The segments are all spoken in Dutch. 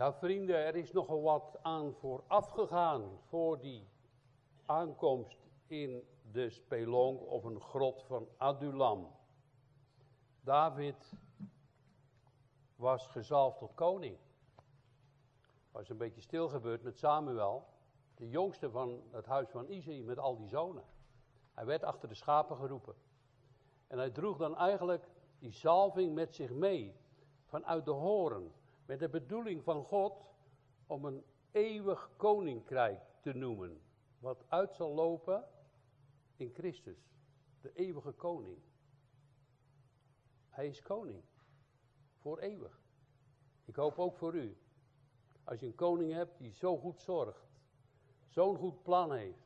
Ja, vrienden, er is nogal wat aan vooraf gegaan voor die aankomst in de spelonk of een grot van Adullam. David was gezalfd tot koning. Was een beetje stil gebeurd met Samuel, de jongste van het huis van Isaïe met al die zonen. Hij werd achter de schapen geroepen. En hij droeg dan eigenlijk die zalving met zich mee, vanuit de horen, met de bedoeling van God om een eeuwig koninkrijk te noemen, wat uit zal lopen in Christus, de eeuwige koning. Hij is koning, voor eeuwig. Ik hoop ook voor u. Als je een koning hebt die zo goed zorgt, zo'n goed plan heeft,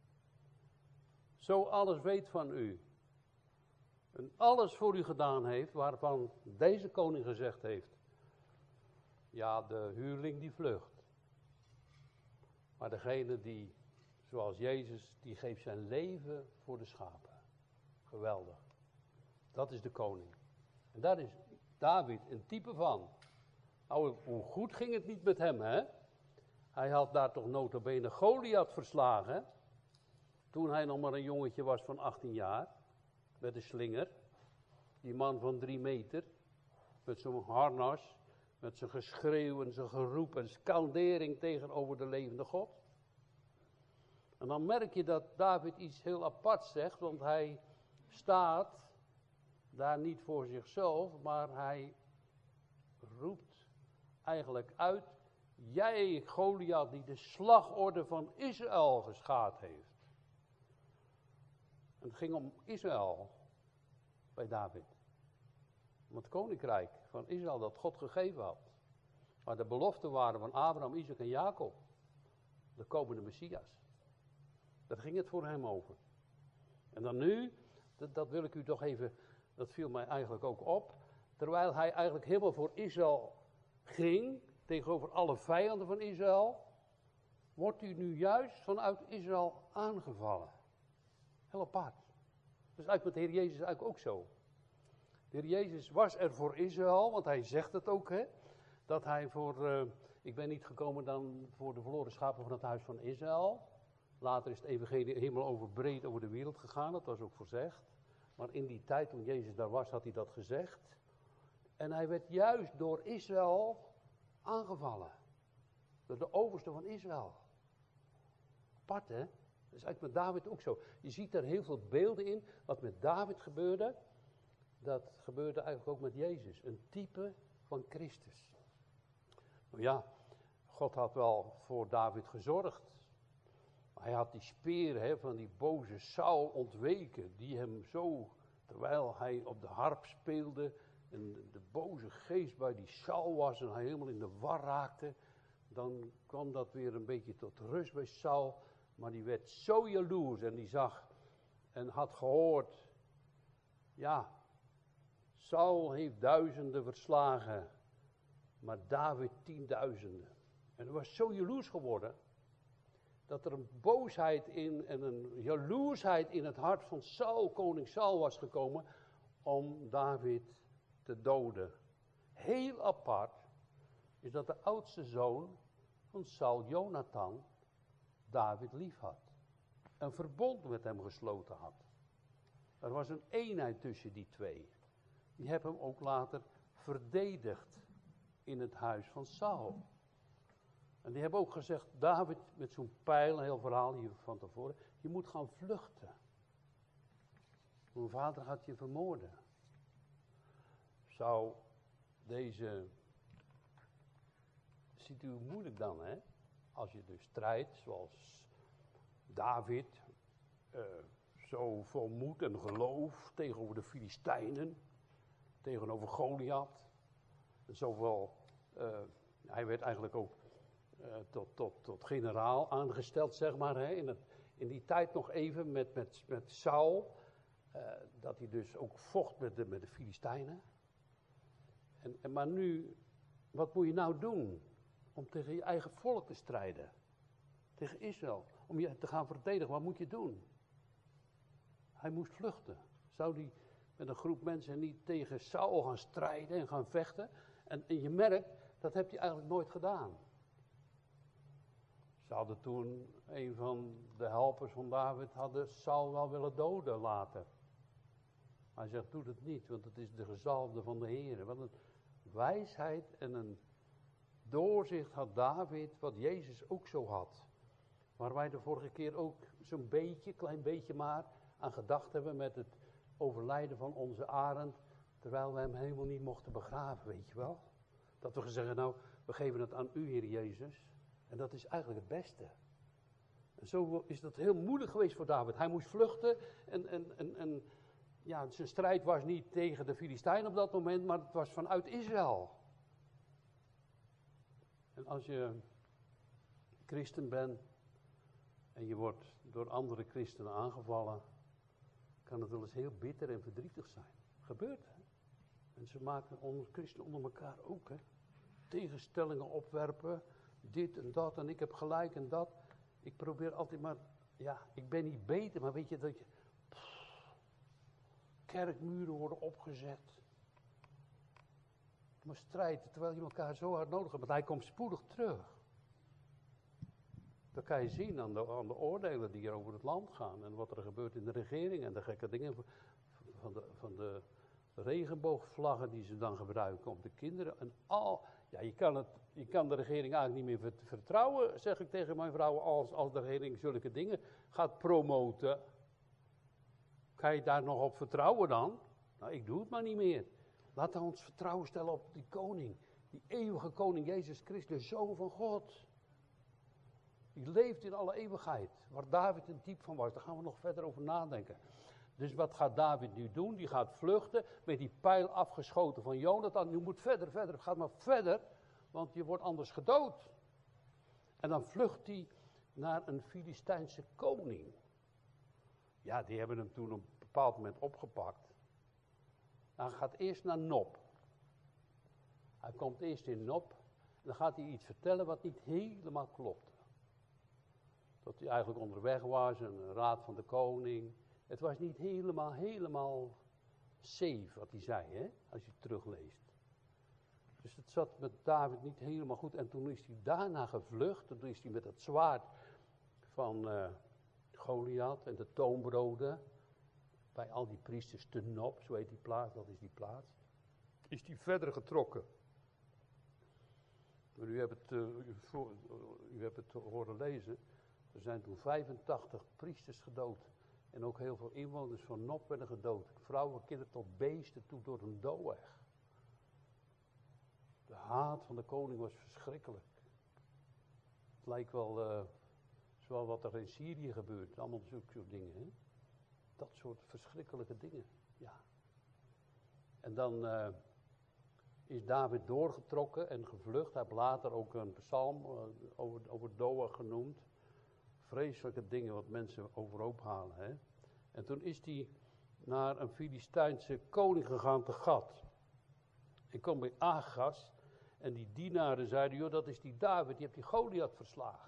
zo alles weet van u, en alles voor u gedaan heeft, waarvan deze koning gezegd heeft, ja, de huurling die vlucht. Maar degene die, zoals Jezus, die geeft zijn leven voor de schapen. Geweldig. Dat is de koning. En daar is David een type van. Nou, hoe goed ging het niet met hem, hè? Hij had daar toch nota bene Goliath verslagen, toen hij nog maar een jongetje was van 18 jaar, met een slinger. Die man van 3 meter, met zo'n harnas, met zijn geschreeuw en zijn geroep en skandering tegenover de levende God. En dan merk je dat David iets heel aparts zegt, want hij staat daar niet voor zichzelf, maar hij roept eigenlijk uit, jij Goliath die de slagorde van Israël geschaad heeft. En het ging om Israël bij David. Om het koninkrijk van Israël dat God gegeven had. Maar de beloften waren van Abraham, Isaac en Jacob. De komende Messias. Daar ging het voor hem over. En dan nu, dat wil ik u toch even, dat viel mij eigenlijk ook op. Terwijl hij eigenlijk helemaal voor Israël ging, tegenover alle vijanden van Israël, wordt u nu juist vanuit Israël aangevallen. Heel apart. Dat is eigenlijk met de Heer Jezus eigenlijk ook zo. De Heer Jezus was er voor Israël, want hij zegt het ook, hè. Dat hij ik ben niet gekomen dan voor de verloren schapen van het huis van Israël. Later is het evangelie helemaal breed over de wereld gegaan, dat was ook voorzegd. Maar in die tijd toen Jezus daar was, had hij dat gezegd. En hij werd juist door Israël aangevallen. Door de overste van Israël. Apart, hè? Dat is eigenlijk met David ook zo. Je ziet er heel veel beelden in. Wat met David gebeurde, dat gebeurde eigenlijk ook met Jezus. Een type van Christus. Nou ja, God had wel voor David gezorgd. Hij had die speer van die boze Saul ontweken. Die hem zo, terwijl hij op de harp speelde, en de boze geest bij die Saul was en hij helemaal in de war raakte. Dan kwam dat weer een beetje tot rust bij Saul. Maar die werd zo jaloers en die zag en had gehoord. Ja, Saul heeft 1000 verslagen, maar David 10.000. En hij was zo jaloers geworden, dat er een boosheid in en een jaloersheid in het hart van Saul, koning Saul, was gekomen om David te doden. Heel apart is dat de oudste zoon van Saul, Jonathan, David lief had. Een verbond met hem gesloten had. Er was een eenheid tussen die twee. Die hebben hem ook later verdedigd in het huis van Saul. En die hebben ook gezegd, David met zo'n pijl, een heel verhaal hier van tevoren, je moet gaan vluchten. Mijn vader gaat je vermoorden. Zou deze, ziet u moeilijk dan, hè? Als je dus strijdt, zoals David, zo vol moed en geloof tegenover de Filistijnen, tegenover Goliath. Zowel, hij werd eigenlijk ook tot generaal aangesteld, zeg maar, hè, in die tijd nog even met Saul, dat hij dus ook vocht met de Filistijnen. Maar nu, wat moet je nou doen om tegen je eigen volk te strijden? Tegen Israël, om je te gaan verdedigen, wat moet je doen? Hij moest vluchten. Zou hij met een groep mensen niet tegen Saul gaan strijden en gaan vechten? En je merkt Dat heeft hij eigenlijk nooit gedaan. Ze hadden toen, een van de helpers van David, hadden Saul wel willen doden later. Hij zegt, doe dat niet, want het is de gezalfde van de Heer. Wat een wijsheid en een doorzicht had David, wat Jezus ook zo had. Waar wij de vorige keer ook zo'n beetje, klein beetje maar, aan gedacht hebben met het overlijden van onze Arend, terwijl we hem helemaal niet mochten begraven, weet je wel. Dat we zeggen, nou, we geven het aan u, Heer Jezus. En dat is eigenlijk het beste. En zo is dat heel moeilijk geweest voor David. Hij moest vluchten en ja, zijn strijd was niet tegen de Filistijnen op dat moment, maar het was vanuit Israël. En als je christen bent en je wordt door andere christenen aangevallen, kan het wel eens heel bitter en verdrietig zijn. Gebeurt, hè? Mensen maken christenen onder elkaar ook, hè. Tegenstellingen opwerpen, dit en dat en ik heb gelijk en dat. Ik probeer altijd maar, ja, ik ben niet beter, maar weet je dat je... kerkmuren worden opgezet. Maar strijden, terwijl je elkaar zo hard nodig hebt. Want hij komt spoedig terug. Dat kan je zien aan de oordelen die er over het land gaan. En wat er gebeurt in de regering. En de gekke dingen van de regenboogvlaggen die ze dan gebruiken om de kinderen. En ja, je kan de regering eigenlijk niet meer vertrouwen, zeg ik tegen mijn vrouw, als de regering zulke dingen gaat promoten. Kan je daar nog op vertrouwen dan? Nou, ik doe het maar niet meer. Laten we ons vertrouwen stellen op die koning. Die eeuwige koning, Jezus Christus, de Zoon van God. Die leeft in alle eeuwigheid. Waar David een type van was. Daar gaan we nog verder over nadenken. Dus wat gaat David nu doen? Die gaat vluchten. Met die pijl afgeschoten van Jonathan. Nu moet verder. Ga maar verder. Want je wordt anders gedood. En dan vlucht hij naar een Filistijnse koning. Ja, die hebben hem toen op een bepaald moment opgepakt. Hij gaat eerst naar Nob. Hij komt eerst in Nob. En dan gaat hij iets vertellen wat niet helemaal klopte. Dat hij eigenlijk onderweg was, een raad van de koning. Het was niet helemaal safe wat hij zei, hè, als je het terugleest. Dus het zat met David niet helemaal goed. En toen is hij daarna gevlucht. Toen is hij met het zwaard van Goliath en de toonbroden. Bij al die priesters te Nob, zo heet die plaats, dat is die plaats. Is hij verder getrokken. Maar u hebt het horen lezen. Er zijn toen 85 priesters gedood. En ook heel veel inwoners van Nob werden gedood. Vrouwen, kinderen tot beesten toe door een doodweg. De haat van de koning was verschrikkelijk. Het lijkt wel zoals wat er in Syrië gebeurt. Allemaal zulke soort dingen. Hè? Dat soort verschrikkelijke dingen. Ja. En dan is David doorgetrokken en gevlucht. Hij heeft later ook een psalm over Doeg genoemd. Vreselijke dingen wat mensen overhoop halen. Hè? En toen is hij naar een Filistijnse koning gegaan te Gat. En kwam bij Agas. En die dienaren zeiden, joh, dat is die David, die heeft die Goliath verslagen.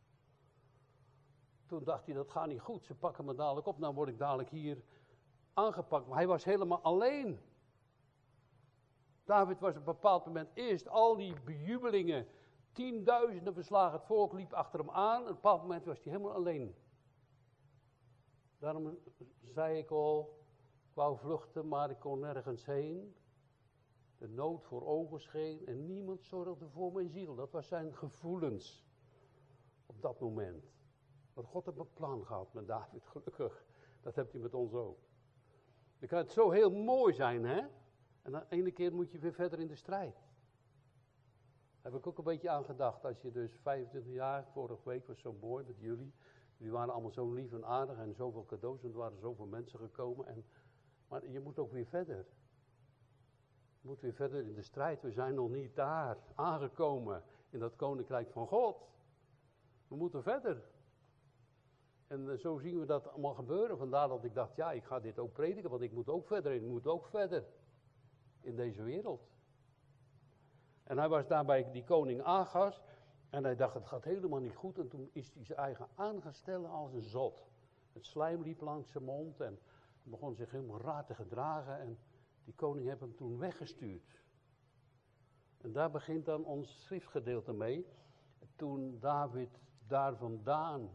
Toen dacht hij, dat gaat niet goed, ze pakken me dadelijk op, dan word ik dadelijk hier aangepakt. Maar hij was helemaal alleen. David was op een bepaald moment eerst al die bejubelingen, 10.000 verslagen, het volk liep achter hem aan. Op een bepaald moment was hij helemaal alleen. Daarom zei ik al, ik wou vluchten, maar ik kon nergens heen. De nood voor ogen scheen en niemand zorgde voor mijn ziel. Dat was zijn gevoelens op dat moment. Maar God heeft een plan gehad met David, gelukkig. Dat hebt hij met ons ook. Dan kan het zo heel mooi zijn, hè? En dan ene keer moet je weer verder in de strijd. Daar heb ik ook een beetje aan gedacht. Als je dus 25 jaar, vorige week was zo mooi met jullie. Jullie waren allemaal zo lief en aardig en zoveel cadeaus. En er waren zoveel mensen gekomen. Maar je moet ook weer verder. Je moet weer verder in de strijd. We zijn nog niet daar aangekomen in dat koninkrijk van God. We moeten verder. En zo zien we dat allemaal gebeuren. Vandaar dat ik dacht, ja, ik ga dit ook prediken, want ik moet ook verder. Ik moet ook verder in deze wereld. En hij was daar bij die koning Agas. En hij dacht, het gaat helemaal niet goed. En toen is hij zijn eigen aangestellen als een zot. Het slijm liep langs zijn mond en begon zich helemaal raar te gedragen. En die koning heeft hem toen weggestuurd. En daar begint dan ons schriftgedeelte mee. Toen David daar vandaan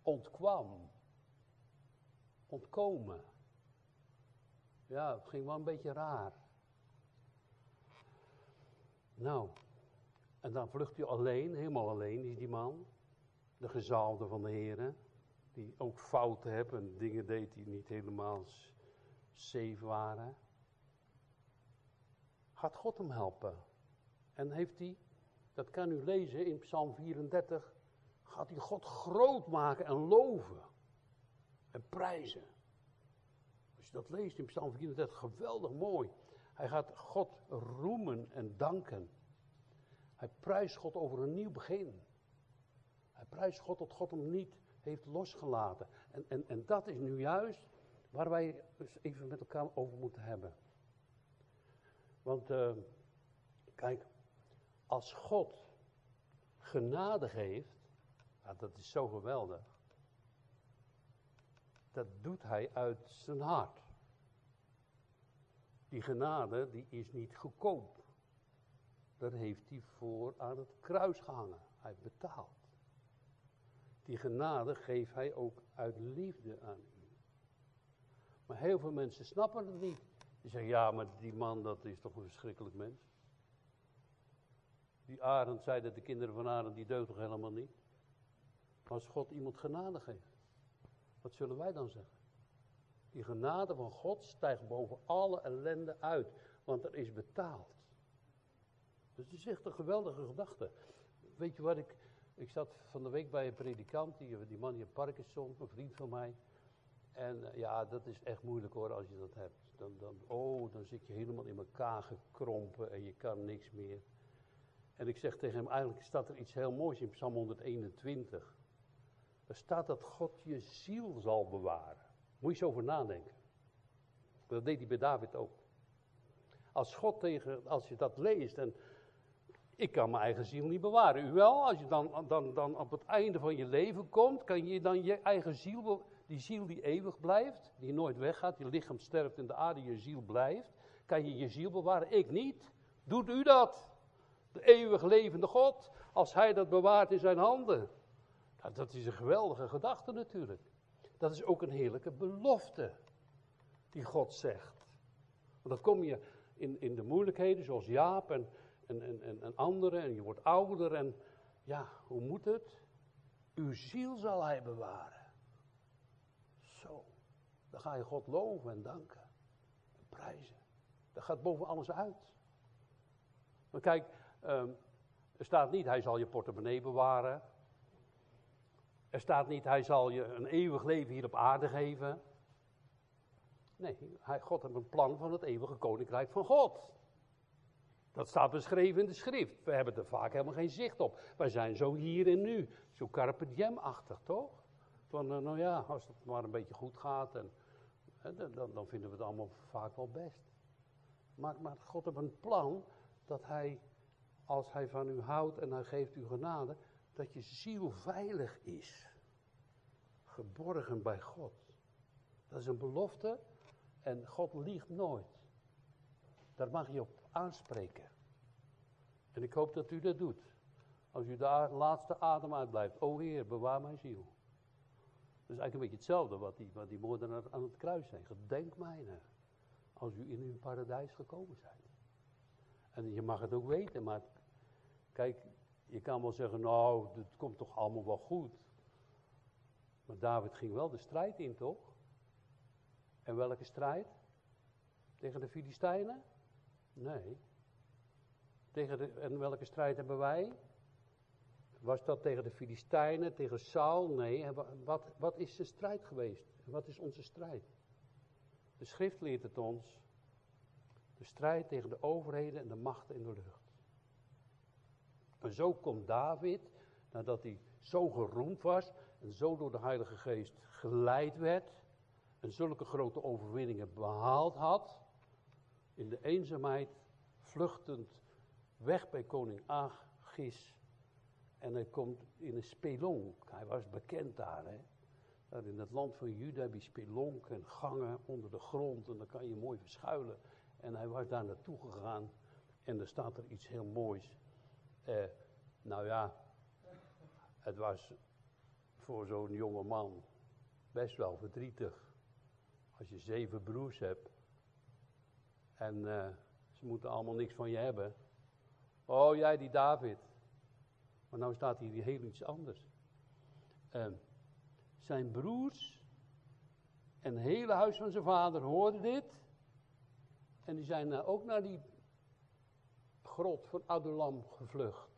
ontkomen. Ja, het ging wel een beetje raar. Nou, en dan vlucht hij alleen, helemaal alleen is die man. De gezalfde van de Heere, die ook fouten heeft en dingen deed die niet helemaal safe waren. Gaat God hem helpen? En heeft hij, dat kan u lezen in Psalm 34, gaat hij God groot maken en loven. En prijzen. Als je dat leest in Psalm 34, geweldig mooi. Hij gaat God roemen en danken. Hij prijst God over een nieuw begin. Hij prijst God dat God hem niet heeft losgelaten. En dat is nu juist waar wij dus even met elkaar over moeten hebben. Want kijk, als God genade geeft, ja, dat is zo geweldig. Dat doet hij uit zijn hart. Die genade, die is niet goedkoop. Daar heeft hij voor aan het kruis gehangen. Hij heeft betaald. Die genade geeft hij ook uit liefde aan u. Maar heel veel mensen snappen het niet. Die zeggen, ja, maar die man, dat is toch een verschrikkelijk mens. Die Arend zei dat de kinderen van Arend, die deugt toch helemaal niet. Maar als God iemand genade geeft, wat zullen wij dan zeggen? Die genade van God stijgt boven alle ellende uit, want er is betaald. Dus het is echt een geweldige gedachte. Weet je wat, ik zat van de week bij een predikant, die man hier Parkinson, een vriend van mij. En ja, dat is echt moeilijk hoor, als je dat hebt. Dan zit je helemaal in elkaar gekrompen en je kan niks meer. En ik zeg tegen hem, eigenlijk staat er iets heel moois in Psalm 121. Er staat dat God je ziel zal bewaren. Moet je eens over nadenken. Dat deed hij bij David ook. Als je dat leest en ik kan mijn eigen ziel niet bewaren. U wel, als je dan op het einde van je leven komt, kan je dan je eigen ziel, die ziel die eeuwig blijft, die nooit weggaat, je lichaam sterft in de aarde, je ziel blijft, kan je je ziel bewaren? Ik niet. Doet u dat? De eeuwig levende God, als hij dat bewaart in zijn handen. Nou, dat is een geweldige gedachte natuurlijk. Dat is ook een heerlijke belofte die God zegt. Want dan kom je in de moeilijkheden zoals Jaap en anderen en je wordt ouder en ja, hoe moet het? Uw ziel zal hij bewaren. Zo, dan ga je God loven en danken en prijzen. Dat gaat boven alles uit. Maar kijk, er staat niet hij zal je portemonnee bewaren. Er staat niet hij zal je een eeuwig leven hier op aarde geven. Nee, God heeft een plan van het eeuwige koninkrijk van God. Dat staat beschreven in de schrift. We hebben er vaak helemaal geen zicht op. Wij zijn zo hier en nu. Zo carpe diem-achtig, toch? Van, nou ja, als het maar een beetje goed gaat, dan vinden we het allemaal vaak wel best. Maar God heeft een plan dat hij, als hij van u houdt en hij geeft u genade, dat je ziel veilig is. Geborgen bij God. Dat is een belofte en God liegt nooit. Daar mag je op aanspreken. En ik hoop dat u dat doet. Als u de laatste adem uitblijft. O Heer, bewaar mijn ziel. Dat is eigenlijk een beetje hetzelfde wat die moordenaar aan het kruis zei. Gedenk mij als u in uw paradijs gekomen bent. En je mag het ook weten, maar kijk, je kan wel zeggen, nou, het komt toch allemaal wel goed. Maar David ging wel de strijd in, toch? En welke strijd? Tegen de Filistijnen? Nee. En welke strijd hebben wij? Was dat tegen de Filistijnen, tegen Saul? Nee. Wat is de strijd geweest? Wat is onze strijd? De schrift leert het ons. De strijd tegen de overheden en de machten in de lucht. En zo komt David, nadat hij zo geroemd was en zo door de Heilige Geest geleid werd en zulke grote overwinningen behaald had, in de eenzaamheid vluchtend weg bij koning Achis. En hij komt in een spelonk. Hij was bekend daar, hè. Daar in het land van Juda heb je spelonk en gangen onder de grond en dan kan je mooi verschuilen. En hij was daar naartoe gegaan En er staat er iets heel moois. Nou ja, het was voor zo'n jonge man best wel verdrietig. Als je 7 broers hebt en ze moeten allemaal niks van je hebben. Oh, jij die David. Maar nou staat hier heel iets anders. Zijn broers en het hele huis van zijn vader hoorden dit. En die zijn ook naar die grot van Adullam gevlucht.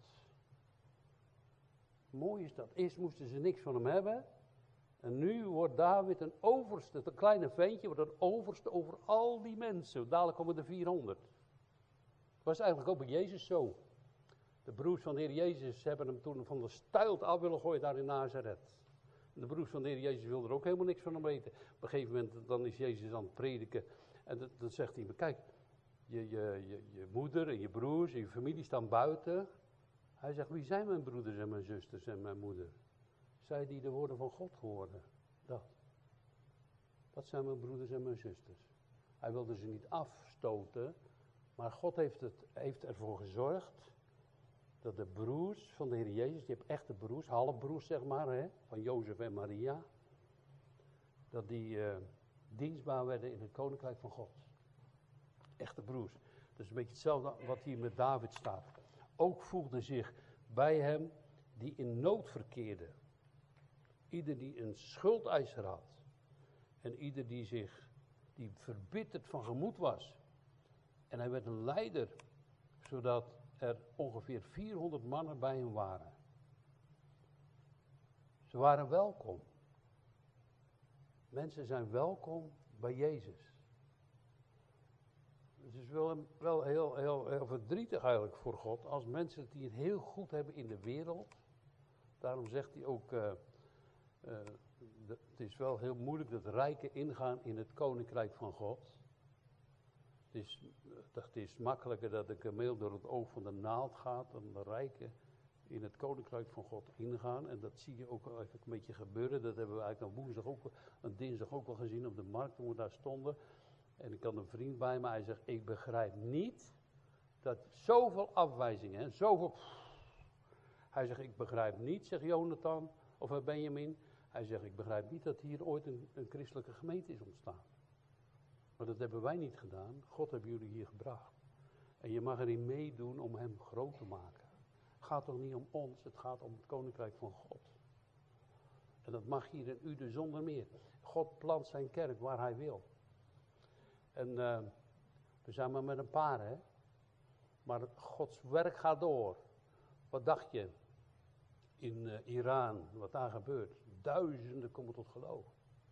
Mooi is dat. Eerst moesten ze niks van hem hebben. En nu wordt David een overste, een kleine ventje, wordt een overste over al die mensen. Dadelijk komen er 400. Het was eigenlijk ook bij Jezus zo. De broers van de Heer Jezus hebben hem toen van de stuilt af willen gooien daar in Nazareth. En de broers van de Heer Jezus wilden er ook helemaal niks van hem weten. Op een gegeven moment dan is Jezus aan het prediken. En dan zegt hij, kijk, je moeder en je broers en je familie staan buiten. Hij zegt, wie zijn mijn broeders en mijn zusters en mijn moeder? Zij die de woorden van God horen. Dat zijn mijn broeders en mijn zusters. Hij wilde ze niet afstoten. Maar God heeft ervoor gezorgd dat de broers van de Heer Jezus, die hebben echte broers, halfbroers zeg maar, hè, van Jozef en Maria, dat die dienstbaar werden in het koninkrijk van God. Echte broers. Dat is een beetje hetzelfde wat hier met David staat. Ook voegde zich bij hem die in nood verkeerde. Ieder die een schuldeiser had. En ieder die verbitterd van gemoed was. En hij werd een leider, zodat er ongeveer 400 mannen bij hem waren. Ze waren welkom. Mensen zijn welkom bij Jezus. Het is wel heel verdrietig eigenlijk voor God, als mensen het hier heel goed hebben in de wereld. Daarom zegt hij ook, het is wel heel moeilijk dat rijken ingaan in het koninkrijk van God. Het is makkelijker dat de kameel door het oog van de naald gaat dan de rijken in het koninkrijk van God ingaan. En dat zie je ook eigenlijk een beetje gebeuren. Dat hebben we eigenlijk dinsdag ook wel gezien op de markt toen we daar stonden. En ik had een vriend bij me, hij zegt, ik begrijp niet dat zoveel afwijzingen, zoveel... Hij zegt, ik begrijp niet, zegt Jonathan, of Benjamin. Hij zegt, ik begrijp niet dat hier ooit een christelijke gemeente is ontstaan. Maar dat hebben wij niet gedaan. God heeft jullie hier gebracht. En je mag erin meedoen om hem groot te maken. Het gaat toch niet om ons, het gaat om het koninkrijk van God. En dat mag hier in Uden zonder meer. God plant zijn kerk waar hij wil. En we zijn maar met een paar, hè. Maar Gods werk gaat door. Wat dacht je in Iran, wat daar gebeurt? Duizenden komen tot geloof.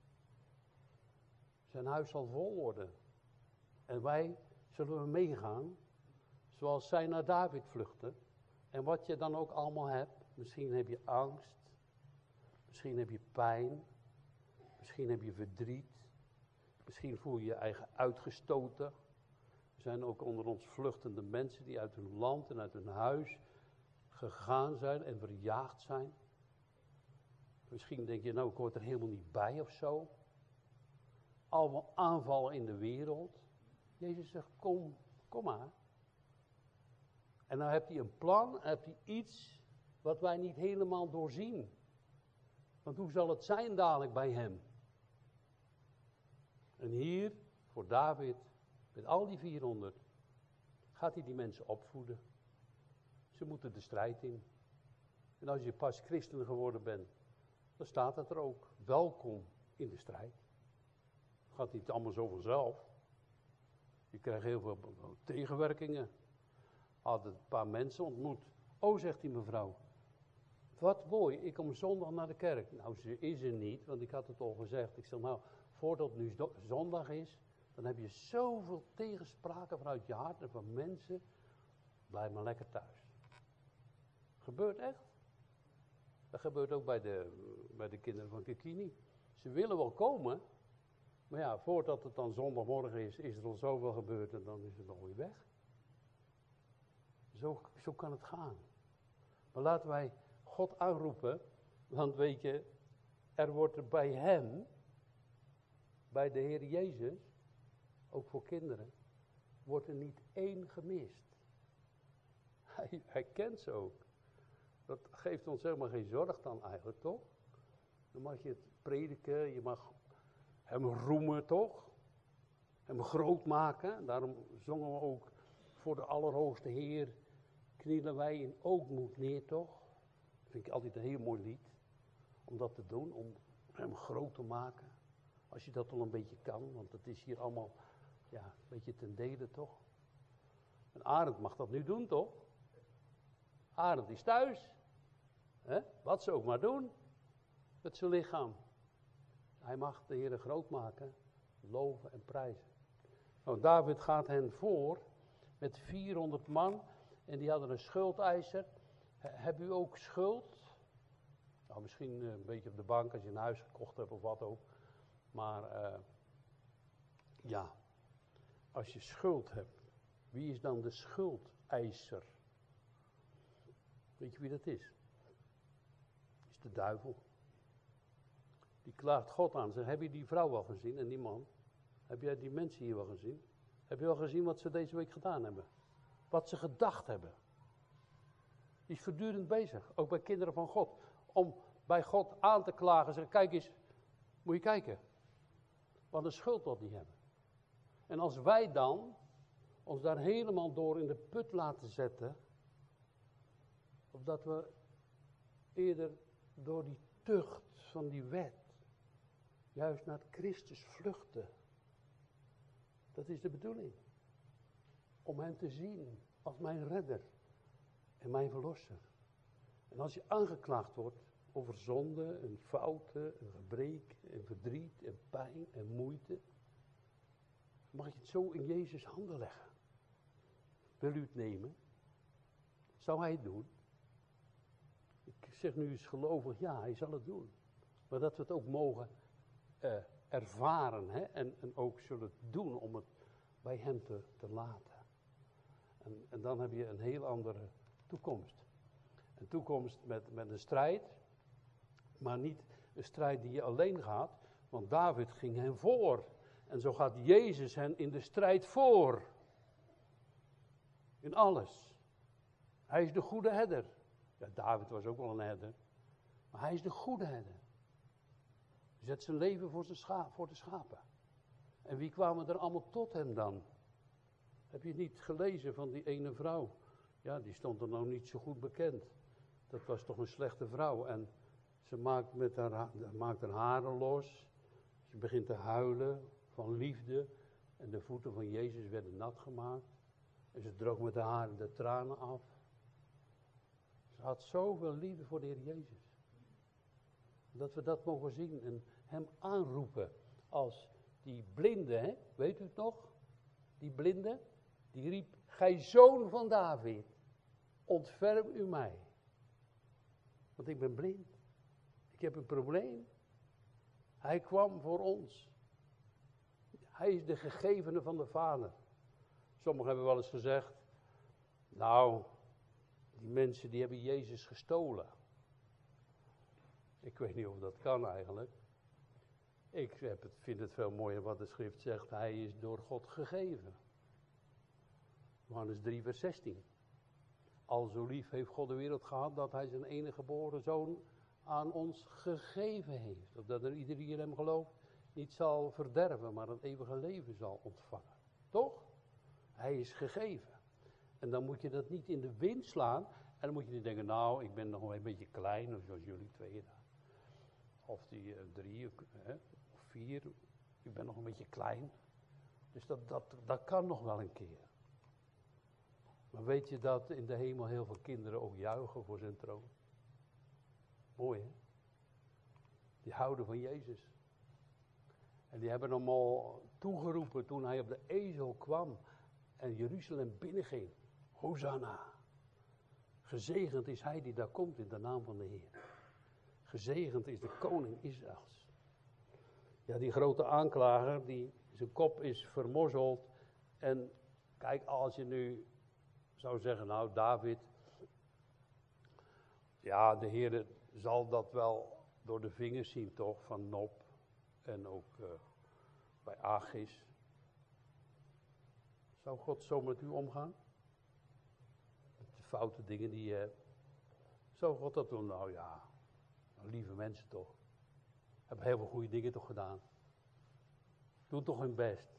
Zijn huis zal vol worden. En wij zullen meegaan, zoals zij naar David vluchten. En wat je dan ook allemaal hebt. Misschien heb je angst. Misschien heb je pijn. Misschien heb je verdriet. Misschien voel je je eigen uitgestoten. Er zijn ook onder ons vluchtende mensen die uit hun land en uit hun huis gegaan zijn en verjaagd zijn. Misschien denk je, nou ik hoor er helemaal niet bij of zo. Allemaal aanvallen in de wereld. Jezus zegt, kom maar. En dan heeft hij een plan, heeft hij iets wat wij niet helemaal doorzien. Want hoe zal het zijn dadelijk bij hem? En hier, voor David, met al die 400, gaat hij die mensen opvoeden. Ze moeten de strijd in. En als je pas christen geworden bent, dan staat het er ook. Welkom in de strijd. Het gaat niet allemaal zo vanzelf. Je krijgt heel veel tegenwerkingen. Had een paar mensen ontmoet. Oh, zegt die mevrouw. Wat mooi, ik kom zondag naar de kerk. Nou, ze is er niet, want ik had het al gezegd. Ik zeg, nou, voordat het nu zondag is, dan heb je zoveel tegenspraken vanuit je hart en van mensen. Blijf maar lekker thuis. Gebeurt echt. Dat gebeurt ook bij de kinderen van Kikini. Ze willen wel komen, maar ja, voordat het dan zondagmorgen is er al zoveel gebeurd en dan is het alweer weg. Zo kan het gaan. Maar laten wij God aanroepen, want weet je, er wordt er bij hem, bij de Heer Jezus, ook voor kinderen, wordt er niet één gemist. Hij kent ze ook. Dat geeft ons helemaal geen zorg dan eigenlijk, toch? Dan mag je het prediken, je mag hem roemen, toch? Hem groot maken. Daarom zongen we ook voor de Allerhoogste Heer, knielen wij in ootmoed neer, toch? Dat vind ik altijd een heel mooi lied. Om dat te doen, om hem groot te maken. Als je dat al een beetje kan, want het is hier allemaal ja, een beetje ten dele, toch? En Arend mag dat nu doen, toch? Arend is thuis. Hè? Wat ze ook maar doen. Met zijn lichaam. Hij mag de Heer groot maken, loven en prijzen. Nou, David gaat hen voor met 400 man. En die hadden een schuldeiser. Heb u ook schuld? Nou, misschien een beetje op de bank als je een huis gekocht hebt of wat ook. Maar ja, als je schuld hebt, wie is dan de schuldeiser? Weet je wie dat is? Dat is de duivel. Die klaagt God aan. Zegt, heb je die vrouw wel gezien en die man? Heb jij die mensen hier wel gezien? Heb je wel gezien wat ze deze week gedaan hebben? Wat ze gedacht hebben? Die is voortdurend bezig, ook bij kinderen van God. Om bij God aan te klagen. Zeggen, kijk eens, moet je kijken. Wat een schuld wat die hebben. En als wij dan ons daar helemaal door in de put laten zetten. Of dat we eerder door die tucht van die wet juist naar Christus vluchten. Dat is de bedoeling. Om hem te zien als mijn redder en mijn verlosser. En als je aangeklaagd wordt over zonde en fouten en gebrek en verdriet en pijn en moeite, mag je het zo in Jezus' handen leggen. Wil u het nemen? Zou hij het doen? Ik zeg nu eens gelovig, ja, hij zal het doen. Maar dat we het ook mogen ervaren, hè? En ook zullen doen om het bij hem te laten. En dan heb je een heel andere toekomst. Een toekomst met een strijd, maar niet een strijd die je alleen gaat, want David ging hen voor. En zo gaat Jezus hen in de strijd voor. In alles. Hij is de goede herder. Ja, David was ook wel een herder. Maar hij is de goede herder. Hij zet zijn leven voor de schapen. En wie kwamen er allemaal tot hem dan? Heb je niet gelezen van die ene vrouw? Ja, die stond er nou niet zo goed bekend. Dat was toch een slechte vrouw. En ze maakt haar haren los. Ze begint te huilen van liefde. En de voeten van Jezus werden nat gemaakt. En ze droog met haar haren de tranen af. Ze had zoveel liefde voor de Heer Jezus. Dat we dat mogen zien en hem aanroepen als die blinde, hè? Weet u het nog? Die blinde, die riep, gij zoon van David, ontferm u mij. Want ik ben blind. Ik heb een probleem. Hij kwam voor ons. Hij is de gegevene van de Vader. Sommigen hebben wel eens gezegd, nou, die mensen die hebben Jezus gestolen. Ik weet niet of dat kan eigenlijk. Ik vind het veel mooier wat de schrift zegt. Hij is door God gegeven. Johannes 3 vers 16. Al zo lief heeft God de wereld gehad dat hij zijn enige geboren zoon aan ons gegeven heeft. Opdat er ieder die in hem gelooft niet zal verderven, maar het eeuwige leven zal ontvangen. Toch? Hij is gegeven. En dan moet je dat niet in de wind slaan. En dan moet je niet denken, nou, ik ben nog wel een beetje klein, of zoals jullie tweeën. Of die 3 of 4, ik ben nog een beetje klein. Dus dat kan nog wel een keer. Maar weet je dat in de hemel heel veel kinderen ook juichen voor zijn troon? Mooi, hè? Die houden van Jezus. En die hebben hem al toegeroepen toen hij op de ezel kwam en Jeruzalem binnenging. Hosanna. Gezegend is hij die daar komt in de naam van de Heer. Gezegend is de koning Israëls. Ja, die grote aanklager, zijn kop is vermorzeld. En kijk, als je nu zou zeggen, nou David, ja, de Heer zal dat wel door de vingers zien toch, van Nob en ook bij Achis. Zou God zo met u omgaan? Met de foute dingen die je hebt. Zou God dat doen? Nou ja, lieve mensen toch. Hebben heel veel goede dingen toch gedaan. Doen toch hun best.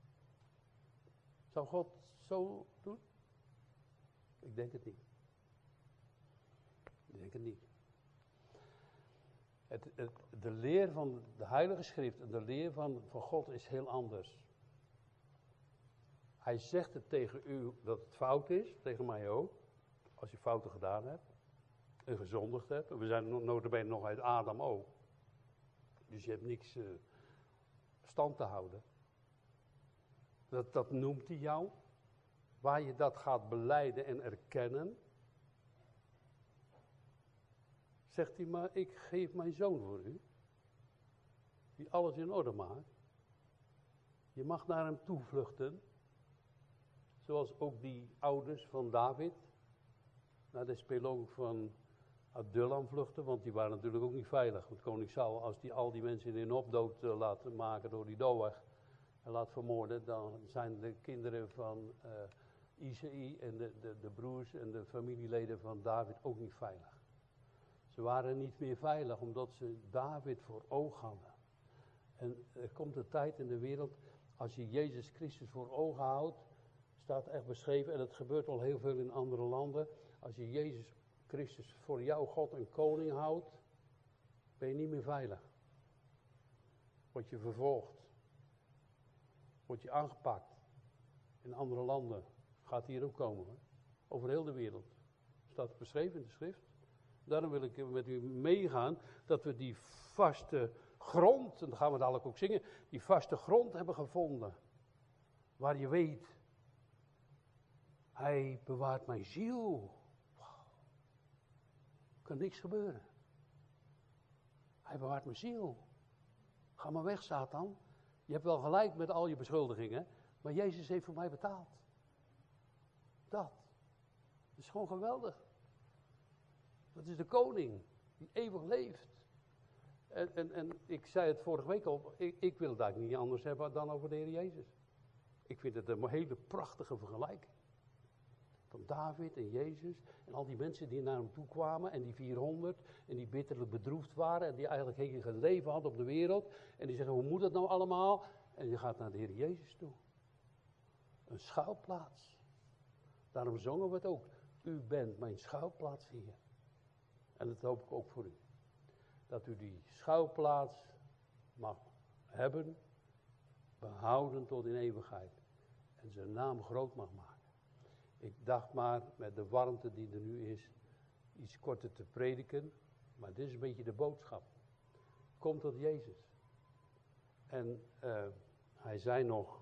Zou God zo doen? Ik denk het niet. Ik denk het niet. De leer van de Heilige Schrift en de leer van God is heel anders. Hij zegt het tegen u dat het fout is, tegen mij ook. Als je fouten gedaan hebt en gezondigd hebt. En we zijn nota bene nog uit Adam ook. Dus je hebt niks stand te houden. Dat noemt hij jou. Waar je dat gaat belijden en erkennen. Zegt hij, maar ik geef mijn zoon voor u. Die alles in orde maakt. Je mag naar hem toevluchten. Zoals ook die ouders van David. Naar de spelonk van Adullam vluchten. Want die waren natuurlijk ook niet veilig. Want koning Saul, als die al die mensen in opdood laat maken door die Doeg. En laat vermoorden. Dan zijn de kinderen van Isaï en de broers en de familieleden van David ook niet veilig. Ze waren niet meer veilig omdat ze David voor ogen hadden. En er komt een tijd in de wereld, als je Jezus Christus voor ogen houdt, staat echt beschreven, en het gebeurt al heel veel in andere landen, als je Jezus Christus voor jou God en koning houdt, ben je niet meer veilig. Word je vervolgd. Word je aangepakt. In andere landen. Gaat hier ook komen. Hoor. Over heel de wereld. Staat beschreven in de schrift. Daarom wil ik met u meegaan dat we die vaste grond, en dan gaan we dadelijk ook zingen, die vaste grond hebben gevonden. Waar je weet, hij bewaart mijn ziel. Kan niks gebeuren. Hij bewaart mijn ziel. Ga maar weg, Satan. Je hebt wel gelijk met al je beschuldigingen, maar Jezus heeft voor mij betaald. Dat is gewoon geweldig. Dat is de koning die eeuwig leeft. En ik zei het vorige week al, ik wil het eigenlijk niet anders hebben dan over de Heer Jezus. Ik vind het een hele prachtige vergelijking. Van David en Jezus en al die mensen die naar hem toe kwamen en die 400 en die bitterlijk bedroefd waren en die eigenlijk geen leven hadden op de wereld. En die zeggen, hoe moet dat nou allemaal? En je gaat naar de Heer Jezus toe. Een schuilplaats. Daarom zongen we het ook. U bent mijn schuilplaats, Heer. En dat hoop ik ook voor u. Dat u die schuilplaats mag hebben, behouden tot in eeuwigheid. En zijn naam groot mag maken. Ik dacht maar, met de warmte die er nu is, iets korter te prediken. Maar dit is een beetje de boodschap. Kom tot Jezus. En hij zei nog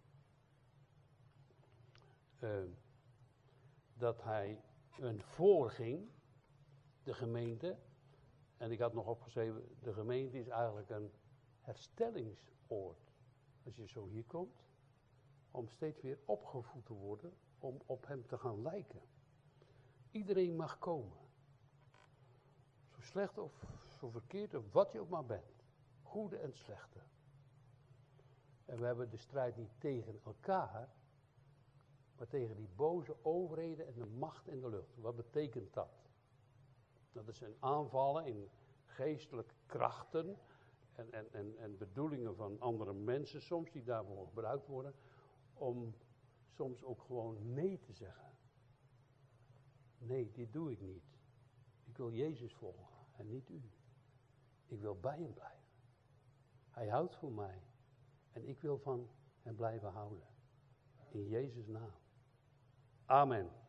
dat hij een voorging, de gemeente. En ik had nog opgeschreven, de gemeente is eigenlijk een herstellingsoord. Als je zo hier komt, om steeds weer opgevoed te worden, om op hem te gaan lijken. Iedereen mag komen. Zo slecht of zo verkeerd of wat je ook maar bent. Goede en slechte. En we hebben de strijd niet tegen elkaar, maar tegen die boze overheden en de macht in de lucht. Wat betekent dat? Dat zijn aanvallen in geestelijke krachten en bedoelingen van andere mensen soms, die daarvoor gebruikt worden, om soms ook gewoon nee te zeggen. Nee, dit doe ik niet. Ik wil Jezus volgen en niet u. Ik wil bij hem blijven. Hij houdt van mij en ik wil van hem blijven houden. In Jezus' naam. Amen.